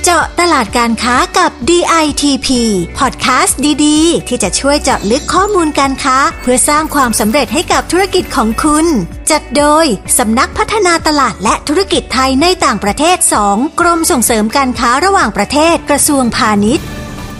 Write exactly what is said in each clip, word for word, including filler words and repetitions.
เจาะตลาดการค้ากับ ดี ไอ ที พี พอดแคสต์ดีๆที่จะช่วยเจาะลึกข้อมูลการค้าเพื่อสร้างความสำเร็จให้กับธุรกิจของคุณจัดโดยสำนักพัฒนาตลาดและธุรกิจไทยในต่างประเทศสองกรมส่งเสริมการค้าระหว่างประเทศกระทรวงพาณิชย์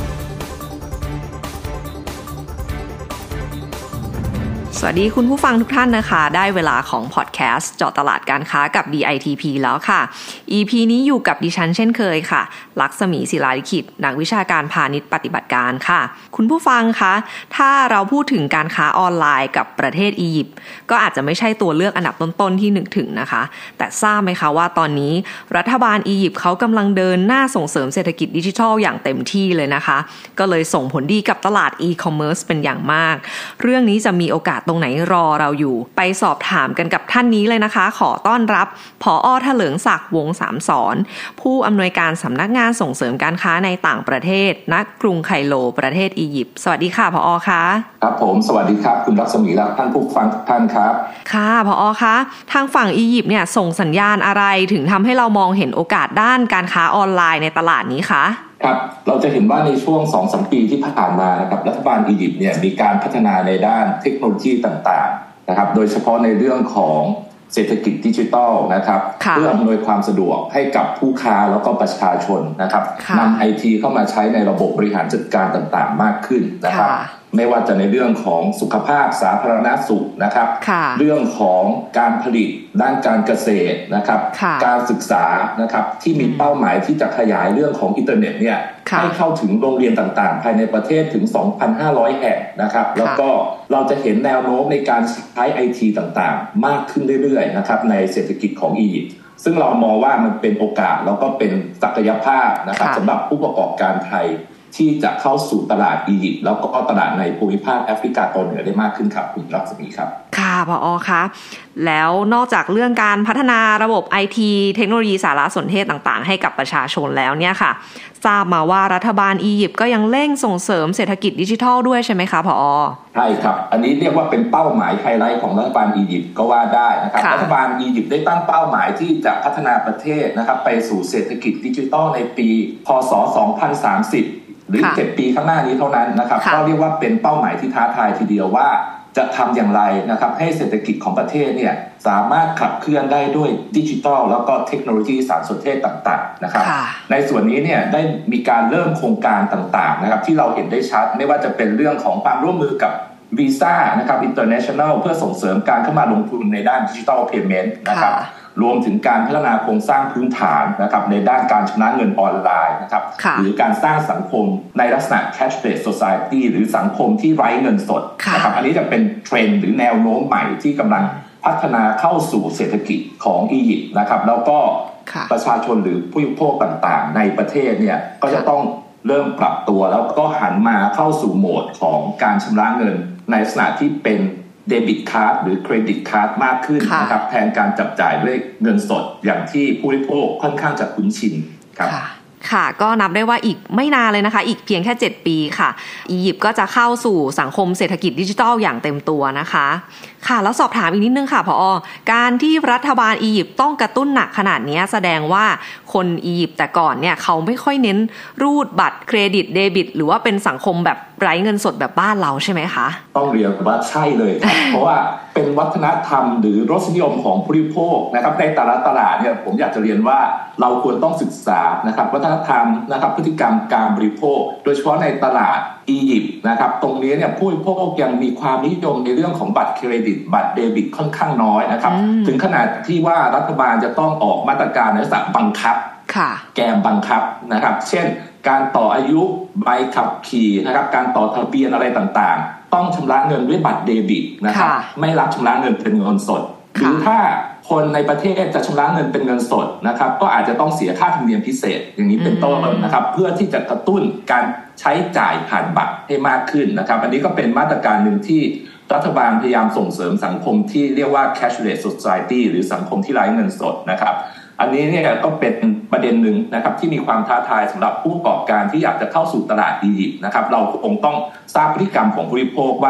สวัสดีคุณผู้ฟังทุกท่านนะคะได้เวลาของพอดแคสต์เจาะตลาดการค้ากับ ดี ไอ ที พี แล้วค่ะ อี พี นี้อยู่กับดิฉันเช่นเคยค่ะลักษมีศิลาลิขิตนักวิชาการพาณิชย์ปฏิบัติการค่ะคุณผู้ฟังคะถ้าเราพูดถึงการค้าออนไลน์กับประเทศอียิปต์ก็อาจจะไม่ใช่ตัวเลือกอันดับต้นๆที่นึกถึงนะคะแต่ทราบไหมคะว่าตอนนี้รัฐบาลอียิปต์เขากำลังเดินหน้าส่งเสริมเศรษฐกิจดิจิทัลอย่างเต็มที่เลยนะคะก็เลยส่งผลดีกับตลาดอีคอมเมิร์ซเป็นอย่างมากเรื่องนี้จะมีโอกาสตรงไหนรอเราอยู่ไปสอบถามกันกับท่านนี้เลยนะคะขอต้อนรับผอ.ถลิงศักดิ์วงศ์สามสอนผู้อำนวยการสำนักงานส่งเสริมการค้าในต่างประเทศณกรุงไคโรประเทศอียิปต์สวัสดีค่ะผอ.คะครับผมสวัสดีครับคุณรัศมีและท่านผู้ฟังทุกท่านครับค่ะผอ.คะทางฝั่งอียิปต์เนี่ยส่งสัญญาณอะไรถึงทำให้เรามองเห็นโอกาสด้านการค้าออนไลน์ในตลาดนี้คะครับเราจะเห็นว่าในช่วง สองถึงสาม ปีที่ผ่านมานะครับรัฐบาลอียิปต์เนี่ยมีการพัฒนาในด้านเทคโนโลยีต่างๆนะครับโดยเฉพาะในเรื่องของเศรษฐกิจดิจิทัลนะครับเพื่ออำนวยความสะดวกให้กับผู้ค้าแล้วก็ประชาชนนะครับนำ ไอ ที เข้ามาใช้ในระบบบริหารจัดการต่างๆมากขึ้นนะครับไม่ว่าจะในเรื่องของสุขภาพสาธารณสุขนะครับเรื่องของการผลิตด้านการเกษตรนะครับการศึกษานะครับที่มีเป้าหมายที่จะขยายเรื่องของอินเทอร์เน็ตเนี่ยให้เข้าถึงโรงเรียนต่างๆภายในประเทศถึง สองพันห้าร้อย แห่งนะครับแล้วก็เราจะเห็นแนวโน้มในการใช้ ไอ ที ต่างๆมากขึ้นเรื่อยๆนะครับในเศรษฐกิจของอียิปต์ซึ่งเรามองว่ามันเป็นโอกาสแล้วก็เป็นศักยภาพนะครับสำหรับผู้ประกอบการไทยที่จะเข้าสู่ตลาดอียิปต์แล้วก็ตลาดในภูมิภาคแอฟริกาตอนเหนือได้มากขึ้นครับคุณรัศมีครับค่ะผอ.คะแล้วนอกจากเรื่องการพัฒนาระบบ ไอ ที เทคโนโลยีสารสนเทศต่างๆให้กับประชาชนแล้วเนี่ยค่ะทราบมาว่ารัฐบาลอียิปต์ก็ยังเร่งส่งเสริมเศรษฐกิจดิจิทัลด้วยใช่ไหมคะผอ. ใช่ครับอันนี้เรียกว่าเป็นเป้าหมายไฮไลท์ของรัฐบาลอียิปต์ก็ว่าได้นะครับรัฐบาลอียิปต์ได้ตั้งเป้าหมายที่จะพัฒนาประเทศนะครับไปสู่เศรษฐกิจดิจิทัลในปีพ.ศ. สองพันสามสิบหรือเจ็ดปีข้างหน้านี้เท่านั้นนะครับก็เรียกว่าเป็นเป้าหมายที่ท้าทายทีเดียวว่าจะทำอย่างไรนะครับให้เศรษฐกิจของประเทศเนี่ยสามารถขับเคลื่อนได้ด้วยดิจิทัลแล้วก็เทคโนโลยีสารสนเทศต่างๆนะครับในส่วนนี้เนี่ยได้มีการเริ่มโครงการต่างๆนะครับที่เราเห็นได้ชัดไม่ว่าจะเป็นเรื่องของความร่วมมือกับวีซ่านะครับ International เพื่อส่งเสริมการเข้ามาลงทุนในด้านดิจิทัลเพย์เมนต์นะครับรวมถึงการพัฒนาโครงสร้างพื้นฐานนะครับในด้านการชำระเงินออนไลน์นะครับหรือการสร้างสังคมในลักษณะ cashless society หรือสังคมที่ไร้เงินสดนะครับอันนี้จะเป็นเทรนด์หรือแนวโน้มใหม่ที่กำลังพัฒนาเข้าสู่เศรษฐกิจของอียิปต์นะครับแล้วก็ประชาชนหรือผู้บริโภคต่างๆในประเทศเนี่ยก็จะต้องเริ่มปรับตัวแล้วก็หันมาเข้าสู่โหมดของการชำระเงินในลักษณะที่เป็นเดบิตการ์ดหรือเครดิตการ์ดมากขึ้นนะครับแทนการจับจ่ายด้วยเงินสดอย่างที่ผู้บริโภคค่อนข้างจะคุ้นชินครับค่ะก็นับได้ว่าอีกไม่นานเลยนะคะอีกเพียงแค่เจ็ดปีค่ะอียิปต์ก็จะเข้าสู่สังคมเศรษฐกิจดิจิทัลอย่างเต็มตัวนะคะค่ะแล้วสอบถามอีกนิดนึงค่ะผอ.การที่รัฐบาลอียิปต์ต้องกระตุ้นหนักขนาดนี้แสดงว่าคนอียิปต์แต่ก่อนเนี่ยเขาไม่ค่อยเน้นรูดบัตรเครดิตเดบิตหรือว่าเป็นสังคมแบบไร้เงินสดแบบบ้านเราใช่ไหมคะต้องเรียกว่าใช่เลยครับ เพราะว่าเป็นวัฒนธรรมหรือรสนิยมของผู้บริโภคนะครับในแต่ละตลาดเนี่ยผมอยากจะเรียนว่าเราควรต้องศึกษานะครับวัฒนธรรมนะครับพฤติกรรมการบริโภคโดยเฉพาะในตลาดอียิปต์นะครับตรงนี้เนี่ยผู้บริโภคยังมีความนิยมในเรื่องของบัตรเครดิตบัตรเดบิตค่อนข้างน้อยนะครับถึงขนาดที่ว่ารัฐบาลจะต้องออกมาตรการในลักษณะบังคับแกมบังคับนะครับเช่นการต่ออายุใบขับขี่นะครับการต่อทะเบียนอะไรต่างๆต้องชำระเงินด้วยบัตรเดบิตนะครับไม่รับชำระเงินเป็นเงินสดหรือถ้าคนในประเทศจะชำระเงินเป็นเงินสดนะครับก็อาจจะต้องเสียค่าธรรมเนียมพิเศษอย่างนี้เป็นต้นนะครับเพื่อที่จะกระตุ้นการใช้จ่ายผ่านบัตรให้มากขึ้นนะครับอันนี้ก็เป็นมาตรการหนึ่งที่รัฐบาลพยายามส่งเสริมสังคมที่เรียกว่า cashless society หรือสังคมที่ไร้เงินสดนะครับอันนี้เนี่ยก็เป็นประเด็นหนึ่งนะครับที่มีความท้าทายสำหรับผู้ประกอบการที่อยากจะเข้าสู่ตลาดอียิปต์นะครับเราคงต้องทราบพฤติกรรมของผู้บริโภคว่า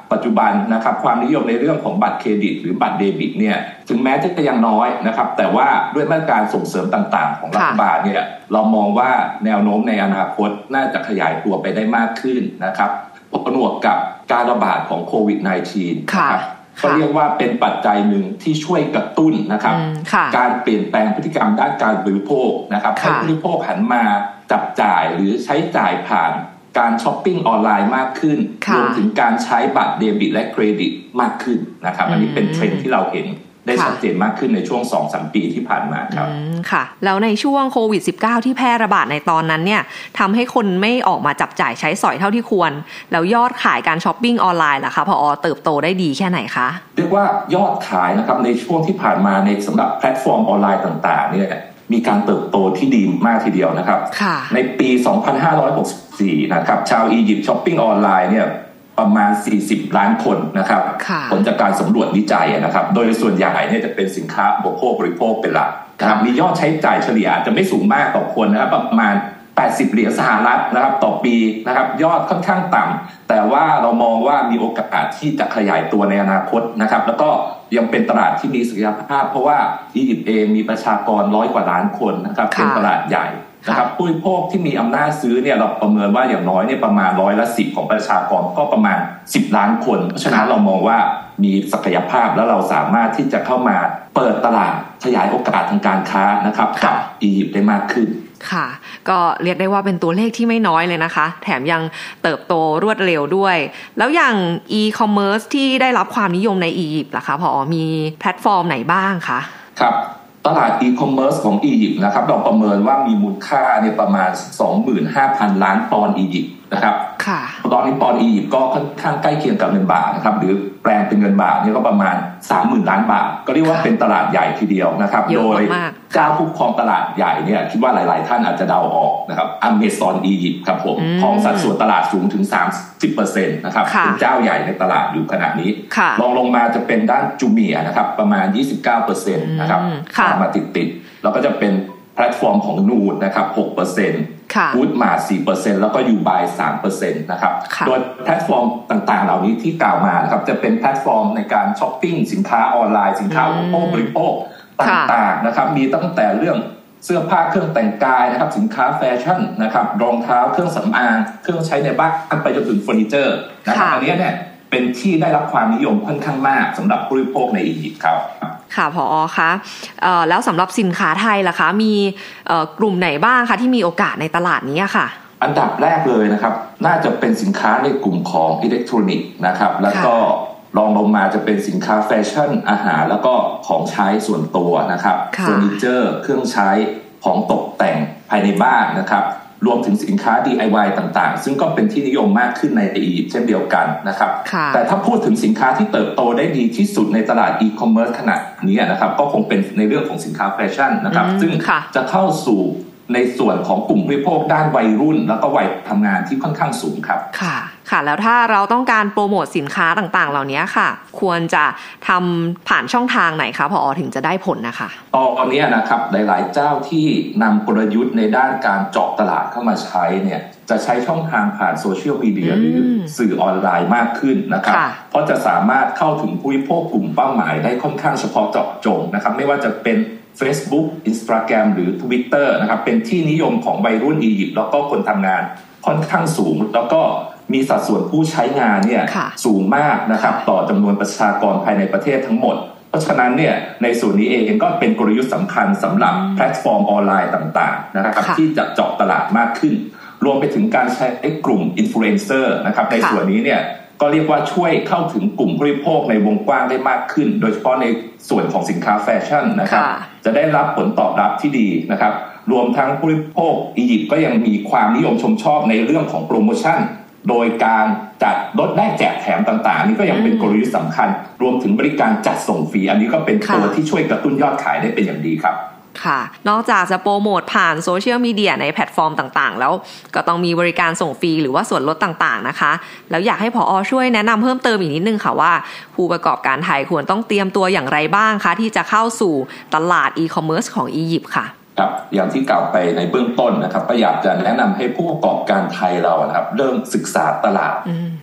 ปัจจุบันนะครับความนิยมในเรื่องของบัตรเครดิตหรือบัตรเดบิตเนี่ยถึงแม้จะยังน้อยนะครับแต่ว่าด้วยมาตรการส่งเสริมต่างๆของรัฐบาลเนี่ยเรามองว่าแนวโน้มในอนาคตน่าจะขยายตัวไปได้มากขึ้นนะครับผนวกกับการระบาดของโควิด สิบเก้า นะครับก็เรียกว่าเป็นปัจจัยหนึ่งที่ช่วยกระตุ้นนะครับการเปลี่ยนแปลงพฤติกรรมด้านการบริโภคนะครับให้ผู้บริโภคหันมาจับจ่ายหรือใช้จ่ายผ่านการช้อปปิ้งออนไลน์มากขึ้นรวมถึงการใช้บัตรเดบิตและเครดิตมากขึ้นนะครับอันนี้เป็นเทรนด์ที่เราเห็นได้ชัดเจนมากขึ้นในช่วง สองถึงสาม ปีที่ผ่านมาครับค่ะแล้วในช่วงโควิด สิบเก้า ที่แพร่ระบาดในตอนนั้นเนี่ยทำให้คนไม่ออกมาจับจ่ายใช้สอยเท่าที่ควรแล้วยอดขายการช้อปปิ้งออนไลน์ล่ะคะผอ.เติบโตได้ดีแค่ไหนคะเรียกว่ายอดขายนะครับในช่วงที่ผ่านมาในสำหรับแพลตฟอร์มออนไลน์ต่างๆเนี่ยมีการเติบโตที่ดีมากทีเดียวนะครับในปี สองพันห้าร้อยหกสิบสี่ นะครับชาวอียิปต์ช้อปปิ้งออนไลน์เนี่ยประมาณสี่สิบล้านคนนะครับผลจากการสำรวจวิจัยนะครับโดยส่วนใหญ่เนี่ยจะเป็นสินค้าอุปโภคบริโภคเป็นหลักนะครับมียอดใช้จ่ายเฉลี่ยจะไม่สูงมากต่อคนนะครับประมาณแปดสิบเหรียญสหรัฐนะครับต่อปีนะครับยอดค่อนข้างต่ำแต่ว่าเรามองว่ามีโอกาสที่จะขยายตัวในอนาคตนะครับแล้วก็ยังเป็นตลาดที่มีศักยภาพเพราะว่าอียิปต์เองมีประชากรร้อยกว่าล้านคนนะครับเป็นตลาดใหญ่นะครับผู้บริโภคที่มีอำนาจซื้อเนี่ยเราประเมินว่าอย่างน้อยเนี่ยประมาณร้อยละสิบของประชากรก็ประมาณสิบล้านคนเพราะฉะนั้นเรามองว่ามีศักยภาพแล้วเราสามารถที่จะเข้ามาเปิดตลาดขยายโอกาสทางการค้านะครับกับอียิปต์ได้มากขึ้นค่ะก็เรียกได้ว่าเป็นตัวเลขที่ไม่น้อยเลยนะคะแถมยังเติบโตรวดเร็วด้วยแล้วอย่าง e-commerce ที่ได้รับความนิยมในอียิปต์ล่ะคะผอ.มีแพลตฟอร์มไหนบ้างคะครับตลาด e-commerce ของอียิปต์นะครับเราประเมินว่ามีมูลค่าเนี่ยประมาณ สองหมื่นห้าพัน ล้านปอนด์อียิปต์นะครับตอนนี้ปอนด์อียิปต์ก็ค่อนข้างใกล้เคียงกับเงินบาทนะครับหรือแปลงเป็นเงินบาทเนี่ยก็ประมาณ สามหมื่น ล้านบาทก็เรียกว่าเป็นตลาดใหญ่ทีเดียวนะครับโดยเจ้าผู้ครองตลาดใหญ่เนี่ยคิดว่าหลายๆท่านอาจจะเดาออกนะครับ Amazon อียิปต์ครับผมครองสัดส่วนตลาดสูงถึง สามสิบเปอร์เซ็นต์ นะครับเป็นเจ้าใหญ่ในตลาดอยู่ขณะนี้รองลงมาจะเป็นด้านจูเมียนะครับประมาณ ยี่สิบเก้าเปอร์เซ็นต์ นะครับมาติดๆแล้วก็จะเป็นแพลตฟอร์มของนูดนะครับ หกเปอร์เซ็นต์ฟู้ดมาร์ท สี่เปอร์เซ็นต์ แล้วก็ยูบาย สามเปอร์เซ็นต์ นะครับโดยแพลตฟอร์มต่างๆเหล่านี้ที่กล่าวมานะครับจะเป็นแพลตฟอร์มในการช้อปปิ้งสินค้าออนไลน์สินค้าอุปโภคบริโภคต่างๆนะครับมีตั้งแต่เรื่องเสื้อผ้าเครื่องแต่งกายนะครับสินค้าแฟชั่นนะครับรองเท้าเครื่องสำอางเครื่องใช้ในบ้านไปจนถึงเฟอร์นิเจอร์นะครับอันนี้เนี่ยเป็นที่ได้รับความนิยมค่อนข้างมากสำหรับผู้บริโภคในอียิปต์ครับค่ะผอ.คะเอ่อแล้วสำหรับสินค้าไทยล่ะคะมีเอ่อกลุ่มไหนบ้างคะที่มีโอกาสในตลาดนี้ค่ะอันดับแรกเลยนะครับน่าจะเป็นสินค้าในกลุ่มของอิเล็กทรอนิกส์นะครับแล้วก็รองลงมาจะเป็นสินค้าแฟชั่นอาหารแล้วก็ของใช้ส่วนตัวนะครับเฟอร์นิเจอร์เครื่องใช้ของตกแต่งภายในบ้านนะครับรวมถึงสินค้า ดี ไอ วาย ต่างๆซึ่งก็เป็นที่นิยมมากขึ้นในอียิปต์เช่นเดียวกันนะครับแต่ถ้าพูดถึงสินค้าที่เติบโตได้ดีที่สุดในตลาดอีคอมเมิร์ซขณะนี้นะครับก็คงเป็นในเรื่องของสินค้าแฟชั่นนะครับซึ่งจะเข้าสู่ในส่วนของกลุ่มผู้บริโภคด้านวัยรุ่นแล้วก็วัยทำงานที่ค่อนข้างสูงครับค่ะค่ะแล้วถ้าเราต้องการโปรโมทสินค้าต่างๆเหล่านี้ค่ะควรจะทำผ่านช่องทางไหนคะผอ.ถึงจะได้ผลนะคะตอนนี้นะครับหลายๆเจ้าที่นำกลยุทธ์ในด้านการเจาะตลาดเข้ามาใช้เนี่ยจะใช้ช่องทางผ่านโซเชียลมีเดียหรือสื่อออนไลน์มากขึ้นนะครับเพราะจะสามารถเข้าถึงผู้บริโภคกลุ่มเป้าหมายได้ค่อนข้างเฉพาะเจาะจงนะครับไม่ว่าจะเป็นFacebook Instagram หรือ Twitter นะครับเป็นที่นิยมของวัยรุ่นอียิปต์แล้วก็คนทำงานค่อนข้างสูงแล้วก็มีสัดส่วนผู้ใช้งานเนี่ยสูงมากนะครับต่อจำนวนประชากรภายในประเทศทั้งหมดเพราะฉะนั้นเนี่ยในส่วนนี้เองก็เป็นกลยุทธ์สำคัญสำหรับแพลตฟอร์มออนไลน์ต่างๆนะครับที่จะเจาะตลาดมากขึ้นรวมไปถึงการใช้กลุ่มอินฟลูเอนเซอร์นะครับในส่วนนี้เนี่ยก็เรียกว่าช่วยเข้าถึงกลุ่มผู้บริโภคในวงกว้างได้มากขึ้นโดยเฉพาะในส่วนของสินค้าแฟชั่นนะครับจะได้รับผลตอบรับที่ดีนะครับรวมทั้งผู้บริโภคอียิปต์ก็ยังมีความนิยมชมชอบในเรื่องของโปรโมชั่นโดยการจัดลดได้แจกแถมต่างๆนี่ก็ยังเป็นกลยุทธ์สำคัญรวมถึงบริการจัดส่งฟรีอันนี้ก็เป็นตัวที่ช่วยกระตุ้นยอดขายได้เป็นอย่างดีครับค่ะนอกจากจะโปรโมทผ่านโซเชียลมีเดียในแพลตฟอร์มต่างๆแล้วก็ต้องมีบริการส่งฟรีหรือว่าส่วนลดต่างๆนะคะแล้วอยากให้ผอ.ช่วยแนะนำเพิ่มเติมอีกนิดนึงค่ะว่าผู้ประกอบการไทยควรต้องเตรียมตัวอย่างไรบ้างคะที่จะเข้าสู่ตลาดอีคอมเมิร์ซของอียิปต์ค่ะครับอย่างที่กล่าวไปในเบื้องต้นนะครับก็อยากจะแนะนำให้ผู้ประกอบการไทยเรานะครับเริ่มศึกษาตลาด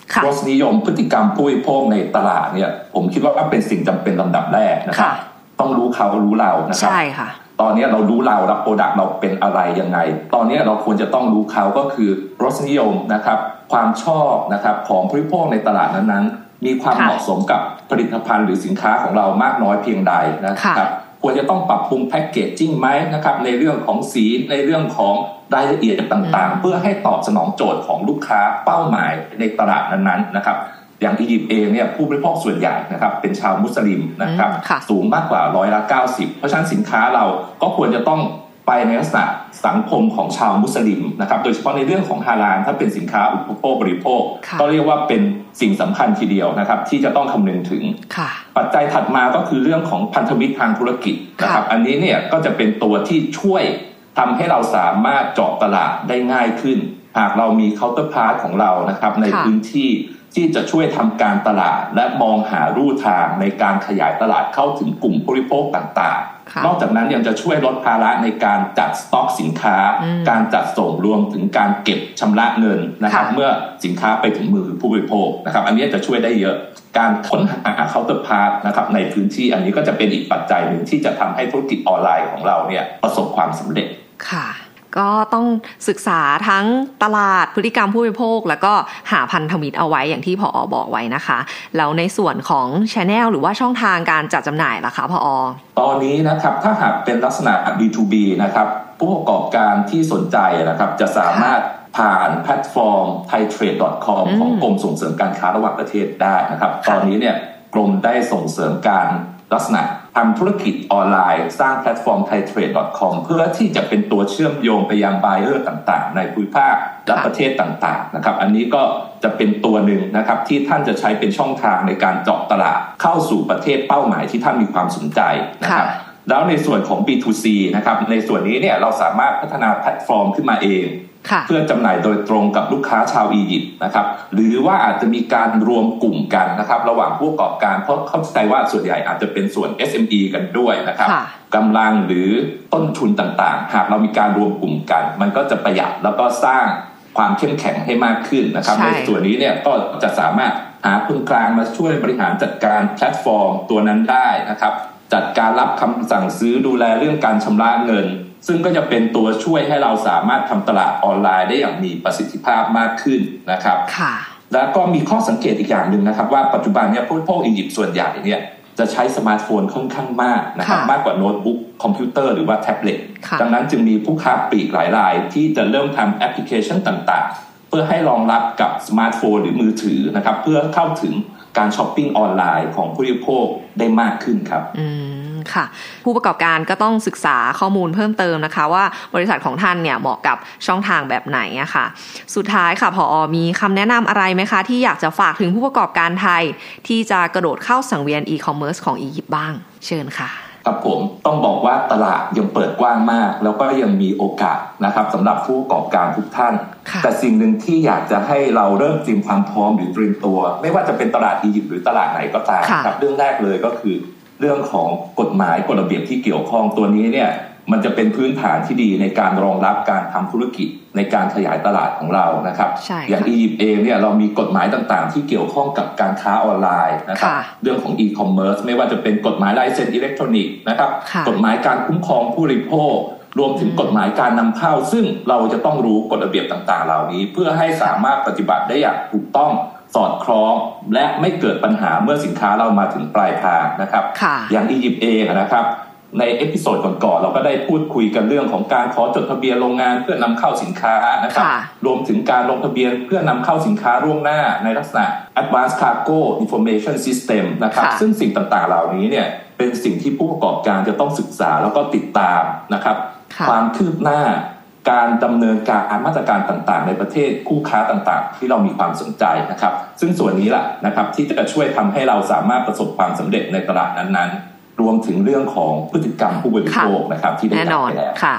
รสนิยมพฤติกรรมผู้บริโภคในตลาดเนี่ยผมคิดว่าเป็นสิ่งจำเป็นลำดับแรกนะครับต้องรู้เขารู้เรานะครับใช่ค่ะตอนนี้เรารู้เรารับโปรดักต์เราเป็นอะไรยังไงตอนนี้เราควรจะต้องรู้เขาก็คือรสนิยมนะครับความชอบนะครับของผู้บริโภคในตลาดนั้นๆมีความเหมาะสมกับผลิตภัณฑ์หรือสินค้าของเรามากน้อยเพียงใดนะครับควรจะต้องปรับปรุงแพ็กเกจจิ้งไหมนะครับในเรื่องของสีในเรื่องของรายละเอียดต่างๆเพื่อให้ตอบสนองโจทย์ของลูกค้าเป้าหมายในตลาดนั้นๆนะครับอย่างอียิปต์เองเนี่ยผู้บริโภคส่วนใหญ่นะครับเป็นชาวมุสลิมนะครับสูงมากกว่าร้อยละเก้าสิบเพราะฉะนั้นสินค้าเราก็ควรจะต้องไปในลักษณะสังคมของชาวมุสลิมนะครับโดยเฉพาะในเรื่องของฮาลาลถ้าเป็นสินค้าอุปโภคบริโภคก็เรียกว่าเป็นสิ่งสำคัญทีเดียวนะครับที่จะต้องคำนึงถึงปัจจัยถัดมาก็คือเรื่องของพันธมิตรทางธุรกิจนะครับอันนี้เนี่ยก็จะเป็นตัวที่ช่วยทำให้เราสามารถเจาะตลาดได้ง่ายขึ้นหากเรามีเคาน์เตอร์พาร์ทของเรานะครับในพื้นที่ที่จะช่วยทำการตลาดและมองหาลู่ทางในการขยายตลาดเข้าถึงกลุ่มผู้บริโภคต่างๆนอกจากนั้นยังจะช่วยลดภาระในการจัดสต็อกสินค้าการจัดส่งรวมถึงการเก็บชำระเงินนะครับเมื่อสินค้าไปถึงมือผู้บริโภคนะครับอันนี้จะช่วยได้เยอะการค้นหาเคาน์เตอร์พาร์ทนะครับในพื้นที่อันนี้ก็จะเป็นอีกปัจจัยหนึ่งที่จะทำให้ธุรกิจออนไลน์ของเราเนี่ยประสบความสำเร็จค่ะก็ต้องศึกษาทั้งตลาดพฤติกรรมผู้บริโภคแล้วก็หาพันธมิตรเอาไว้อย่างที่ผอ.บอกไว้นะคะแล้วในส่วนของ channel หรือว่าช่องทางการจัดจำหน่ายล่ะคะผอ. ตอนนี้นะครับถ้าหากเป็นลักษณะ บี ทู บี นะครับผู้ประกอบการที่สนใจนะครับจะสามารถผ่านแพลตฟอร์ม ไทยเทรด ดอท คอม ของกรมส่งเสริมการค้าระหว่างประเทศได้นะครับตอนนี้เนี่ยกรมได้ส่งเสริมการลักษณะทำธุรกิจออนไลน์สร้างแพลตฟอร์ม ไทยเทรด ดอท คอม เพื่อที่จะเป็นตัวเชื่อมโยงไปยังไบเออร์ต่างๆในภูมิภาคและประเทศต่างๆนะครับอันนี้ก็จะเป็นตัวหนึ่งนะครับที่ท่านจะใช้เป็นช่องทางในการเจาะตลาดเข้าสู่ประเทศเป้าหมายที่ท่านมีความสนใจนะครับแล้วในส่วนของ บี ทู ซี นะครับในส่วนนี้เนี่ยเราสามารถพัฒนาแพลตฟอร์มขึ้นมาเองเพื่อจำหน่ายโดยตรงกับลูกค้าชาวอียิปต์นะครับหรือว่าอาจจะมีการรวมกลุ่มกันนะครับระหว่างผู้ประกอบการเพราะเข้าใจว่าส่วนใหญ่อาจจะเป็นส่วน เอส เอ็ม อี กันด้วยนะครับกำลังหรือต้นทุนต่างๆหากเรามีการรวมกลุ่มกันมันก็จะประหยัดแล้วก็สร้างความเข้มแข็งให้มากขึ้นนะครับในส่วนนี้เนี่ยก็จะสามารถหาคนกลางมาช่วยบริหารจัดการแพลตฟอร์มตัวนั้นได้นะครับจัดการรับคำสั่งซื้อดูแลเรื่องการชำระเงินซึ่งก็จะเป็นตัวช่วยให้เราสามารถทำตลาดออนไลน์ได้อย่างมีประสิทธิภาพมากขึ้นนะครับแล้วก็มีข้อสังเกตอีกอย่างหนึ่งนะครับว่าปัจจุบันเนี่ยผู้บริโภคอียิปต์ส่วนใหญ่เนี่ยจะใช้สมาร์ทโฟนค่อนข้างมากนะครับมากกว่าโน้ตบุ๊กคอมพิวเตอร์หรือว่าแท็บเล็ตดังนั้นจึงมีผู้ค้าปลีกหลายรายที่จะเริ่มทำแอปพลิเคชันต่างๆเพื่อให้รองรับกับสมาร์ทโฟนหรือมือถือนะครับเพื่อเข้าถึงการช้อปปิ้งออนไลน์ของผู้บริโภคได้มากขึ้นครับอืมค่ะผู้ประกอบการก็ต้องศึกษาข้อมูลเพิ่มเติมนะคะว่าบริษัทของท่านเนี่ยเหมาะกับช่องทางแบบไหนอะค่ะสุดท้ายค่ะผอ.มีคำแนะนำอะไรไหมคะที่อยากจะฝากถึงผู้ประกอบการไทยที่จะกระโดดเข้าสังเวียนอีคอมเมิร์ซของอียิปต์บ้างเชิญค่ะครับผมต้องบอกว่าตลาดยังเปิดกว้างมากแล้วก็ยังมีโอกาสนะครับสำหรับผู้ประกอบการทุกท่านแต่สิ่งหนึ่งที่อยากจะให้เราเริ่มเตรียมความพร้อมหรือเตรียมตัวไม่ว่าจะเป็นตลาดอียิปต์หรือตลาดไหนก็ตามครับเรื่องแรกเลยก็คือเรื่องของกฎหมายกฎระเบียบที่เกี่ยวข้องตัวนี้เนี่ยมันจะเป็นพื้นฐานที่ดีในการรองรับการทำธุรกิจในการขยายตลาดของเรานะครับอย่างอียิปต์เองเนี่ยเรามีกฎหมายต่างๆที่เกี่ยวข้องกับการค้าออนไลน์นะครับเรื่องของอีคอมเมิร์ซไม่ว่าจะเป็นกฎหมายไลเซนส์อิเล็กทรอนิกส์นะครับกฎหมายการคุ้มครองผู้บริโภครวมถึงกฎหมายการนำเข้าซึ่งเราจะต้องรู้กฎระเบียบต่างๆเหล่านี้เพื่อให้สามารถปฏิบัติได้อย่างถูกต้องสอดคล้องและไม่เกิดปัญหาเมื่อสินค้าเรามาถึงปลายทางนะครับอย่างอียิปต์เองนะครับในเอพิโซดก่อนๆเราก็ได้พูดคุยกันเรื่องของการขอจดทะเบียนโรงงานเพื่อนำเข้าสินค้านะครับรวมถึงการลงทะเบียนเพื่อนำเข้าสินค้าล่วงหน้าในลักษณะ Advanced Cargo Information System นะครับซึ่งสิ่งต่างๆเหล่านี้เนี่ยเป็นสิ่งที่ผู้ประกอบการจะต้องศึกษาแล้วก็ติดตามนะครับความคืบหน้าการดำเนินการมาตรการต่างๆในประเทศคู่ค้าต่างๆที่เรามีความสนใจนะครับซึ่งส่วนนี้แหละนะครับที่จะช่วยทำให้เราสามารถประสบความสำเร็จในตลาดนั้นๆรวมถึงเรื่องของพฤติกรรมผู้บริโภคนะครับที่ได้กล่าวไปแล้วครับ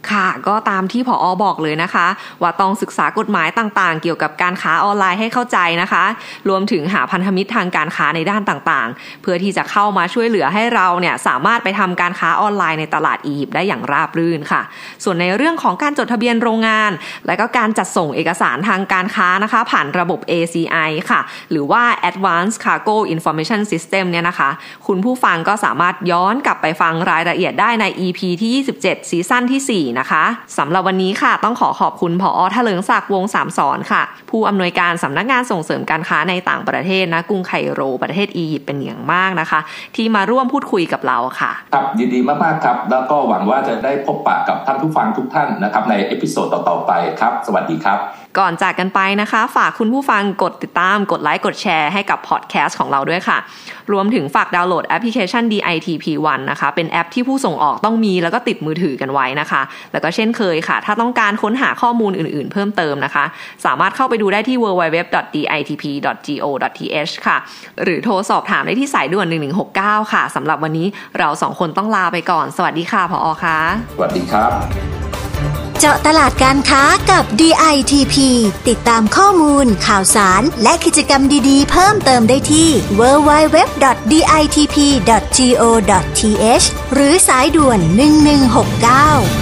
ค่ะก็ตามที่ผอ.บอกเลยนะคะว่าต้องศึกษากฎหมายต่างๆเกี่ยวกับการค้าออนไลน์ให้เข้าใจนะคะรวมถึงหาพันธมิตรทางการค้าในด้านต่างๆเพื่อที่จะเข้ามาช่วยเหลือให้เราเนี่ยสามารถไปทำการค้าออนไลน์ในตลาดอียิปต์ได้อย่างราบรื่นค่ะส่วนในเรื่องของการจดทะเบียนโรงงานและก็การจัดส่งเอกสารทางการค้านะคะผ่านระบบ เอ ซี ไอ ค่ะหรือว่า Advanced Cargo Information System เนี่ยนะคะคุณผู้ฟังก็สามารถย้อนกลับไปฟังรายละเอียดได้ใน อี พี ที่ยี่สิบเจ็ดซีซั่นที่สี่นะคะสำหรับวันนี้ค่ะต้องขอขอบคุณผอ.ทะเลิงศักดิ์วงศ์สามสอนค่ะผู้อำนวยการสำนักงานส่งเสริมการค้าในต่างประเทศนะกรุงไคโรประเทศอียิปต์เป็นอย่างมากนะคะที่มาร่วมพูดคุยกับเราค่ะครับยินดีมากๆครับแล้วก็หวังว่าจะได้พบปะกับท่านผู้ฟังทุกท่านนะครับในเอพิโซดต่อๆไปครับสวัสดีครับก่อนจากกันไปนะคะฝากคุณผู้ฟังกดติดตามกดไลค์กดแชร์ให้กับพอดแคสต์ของเราด้วยค่ะรวมถึงฝากดาวน์โหลดแอปพลิเคชัน ดี ไอ ที พี วัน นะคะเป็นแอปที่ผู้ส่งออกต้องมีแล้วก็ติดมือถือกันไว้นะคะแล้วก็เช่นเคยค่ะถ้าต้องการค้นหาข้อมูลอื่นๆเพิ่มเติมนะคะสามารถเข้าไปดูได้ที่ ดับเบิลยู ดับเบิลยู ดับเบิลยู ดอท ดี ไอ ที พี ดอท จี โอ ดอท ที เอช ค่ะหรือโทรสอบถามได้ที่สายด่วนหนึ่งหนึ่งหกเก้าค่ะสำหรับวันนี้เราสองคนต้องลาไปก่อนสวัสดีค่ะผอ.ค่ะสวัสดีครับเจาะตลาดการค้ากับ ดี ไอ ที พี ติดตามข้อมูลข่าวสารและกิจกรรมดีๆเพิ่มเติมได้ที่ ดับเบิลยู ดับเบิลยู ดับเบิลยู ดอท ดี ไอ ที พี ดอท จี โอ ดอท ที เอช หรือสายด่วนหนึ่งหนึ่งหกเก้า